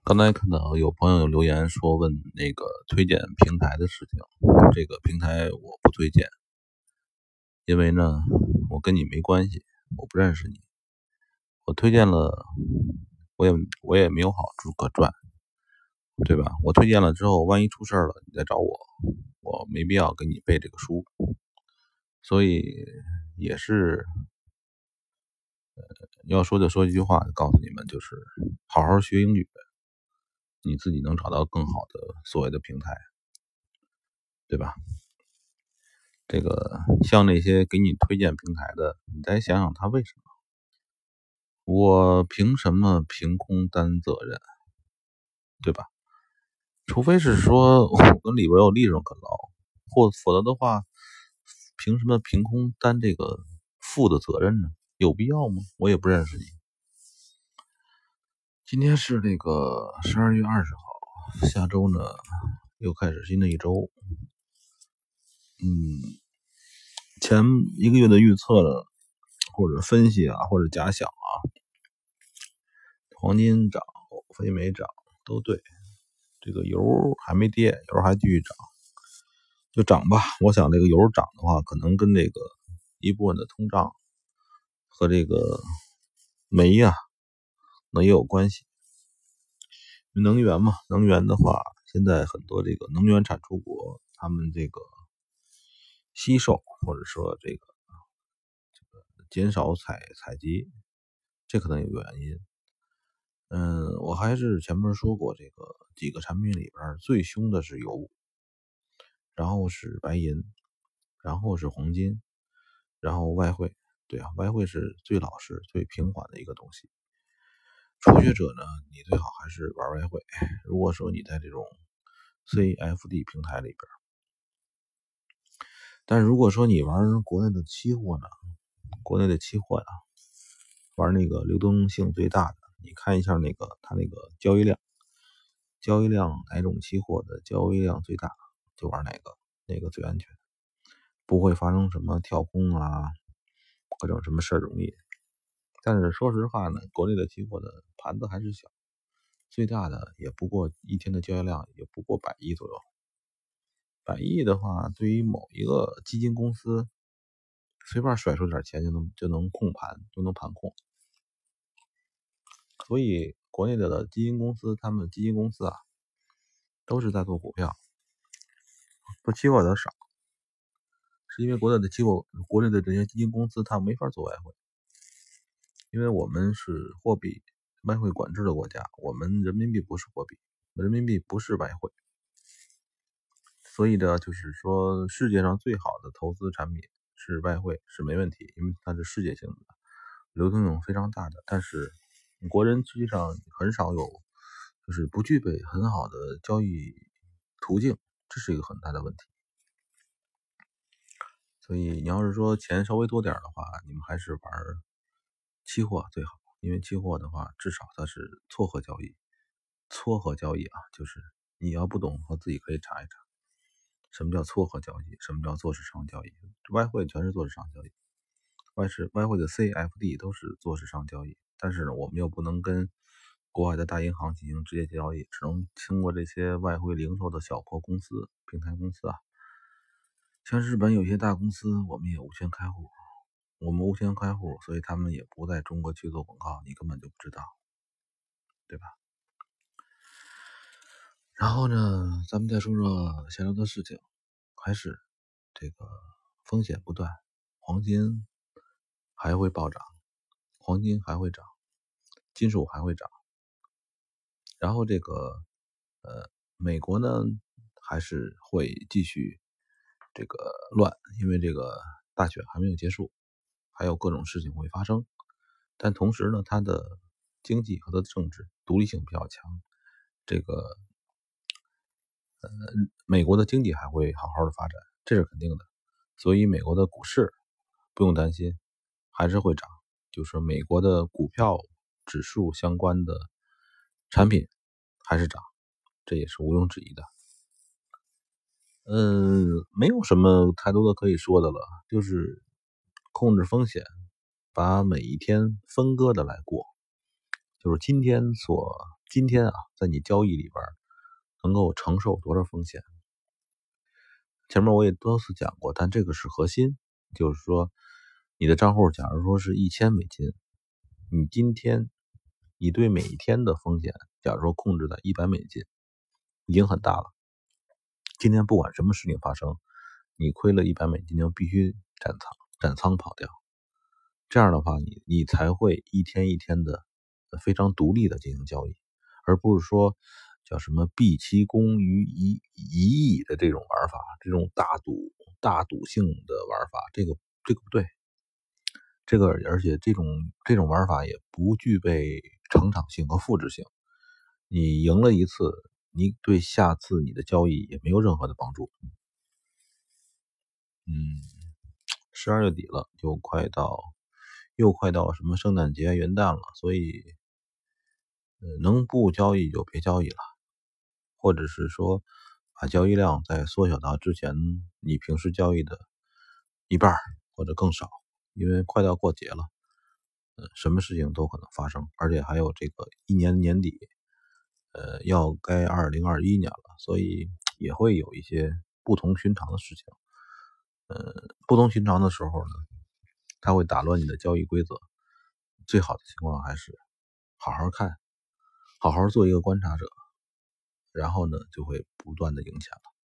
刚才看到有朋友留言说问那个推荐平台的事情，这个平台我不推荐，因为呢我跟你没关系，我不认识你，我推荐了我也没有好处可赚，对吧？我推荐了之后，万一出事了你再找我，我没必要给你背这个书，所以也是要说就说一句话，告诉你们就是好好学英语，你自己能找到更好的所谓的平台，对吧？这个像那些给你推荐平台的，你再想想他为什么？我凭什么凭空担责任，对吧？除非是说我跟里边有利润可捞，否则的话，凭什么凭空担这个负的责任呢？有必要吗？我也不认识你。今天是这个12月20号，下周呢又开始新的一周。前一个月的预测呢，或者分析啊，或者假想啊，黄金涨，非美涨都对，这个油还没跌，油还继续涨，就涨吧。我想这个油涨的话，可能跟这个一部分的通胀和这个煤啊，那也有关系。能源嘛，能源的话，现在很多这个能源产出国，他们这个惜售或者说这个减少采集，这可能有原因。我还是前面说过，这个几个产品里边最凶的是油，然后是白银，然后是黄金，然后外汇。对啊，外汇是最老实、最平缓的一个东西。初学者呢，你最好还是玩外汇。如果说你在这种 CFD 平台里边，但如果说你玩国内的期货呢，国内的期货呀，玩那个流动性最大的，你看一下那个它那个交易量，哪种期货的交易量最大，就玩哪个最安全，不会发生什么跳空啊，各种什么事容易。但是说实话呢，国内的期货的盘子还是小，最大的也不过一天的交易量也不过100亿左右。100亿的话，对于某一个基金公司随便甩出点钱就能控盘，就能盘控。所以国内的基金公司，他们基金公司啊，都是在做股票，做期货的少，是因为国内的这些基金公司它没法做外汇，因为我们是货币外汇管制的国家，我们人民币不是货币，人民币不是外汇，所以呢，就是说世界上最好的投资产品是外汇是没问题，因为它是世界性的，流动性非常大的，但是国人实际上很少有，就是不具备很好的交易途径，这是一个很大的问题。所以你要是说钱稍微多点的话，你们还是玩期货最好，因为期货的话至少它是撮合交易。撮合交易啊，就是你要不懂的话自己可以查一查什么叫撮合交易，什么叫做市场交易。外汇全是做市场交易，外汇的 CFD 都是做市场交易，但是呢我们又不能跟国外的大银行进行直接交易，只能通过这些外汇零售的小破公司、平台公司啊。像日本有些大公司，我们也无权开户，所以他们也不在中国去做广告，你根本就不知道，对吧？然后呢，咱们再说说下周的事情，还是这个风险不断，黄金还会暴涨，黄金还会涨，金属还会涨。然后这个美国呢还是会继续这个乱，因为这个大选还没有结束，还有各种事情会发生。但同时呢，它的经济和它的政治独立性比较强，这个美国的经济还会好好的发展，这是肯定的。所以美国的股市不用担心，还是会涨，就是美国的股票指数相关的产品还是涨，这也是毋庸置疑的。没有什么太多的可以说的了，就是控制风险，把每一天分割的来过，就是今天所今天啊，在你交易里边能够承受多少风险。前面我也多次讲过，但这个是核心，就是说你的账户假如说是$1000，你今天你对每一天的风险，假如说控制在$100，已经很大了。今天不管什么事情发生，你亏了$100，你就必须斩仓跑掉。这样的话，你才会一天一天的非常独立的进行交易，而不是说叫什么毕其功于一役的这种玩法，这种大赌性的玩法，这个不对。而且这种玩法也不具备成长性和复制性。你赢了一次，你对下次你的交易也没有任何的帮助。12月底了，又快到什么圣诞节、元旦了，所以能不交易就别交易了，或者是说把交易量再缩小到之前你平时交易的一半或者更少，因为快到过节了，什么事情都可能发生，而且还有这个一年年底，要该2021年了，所以也会有一些不同寻常的事情。不同寻常的时候呢，它会打乱你的交易规则。最好的情况还是好好看，好好做一个观察者，然后呢就会不断的赢钱了。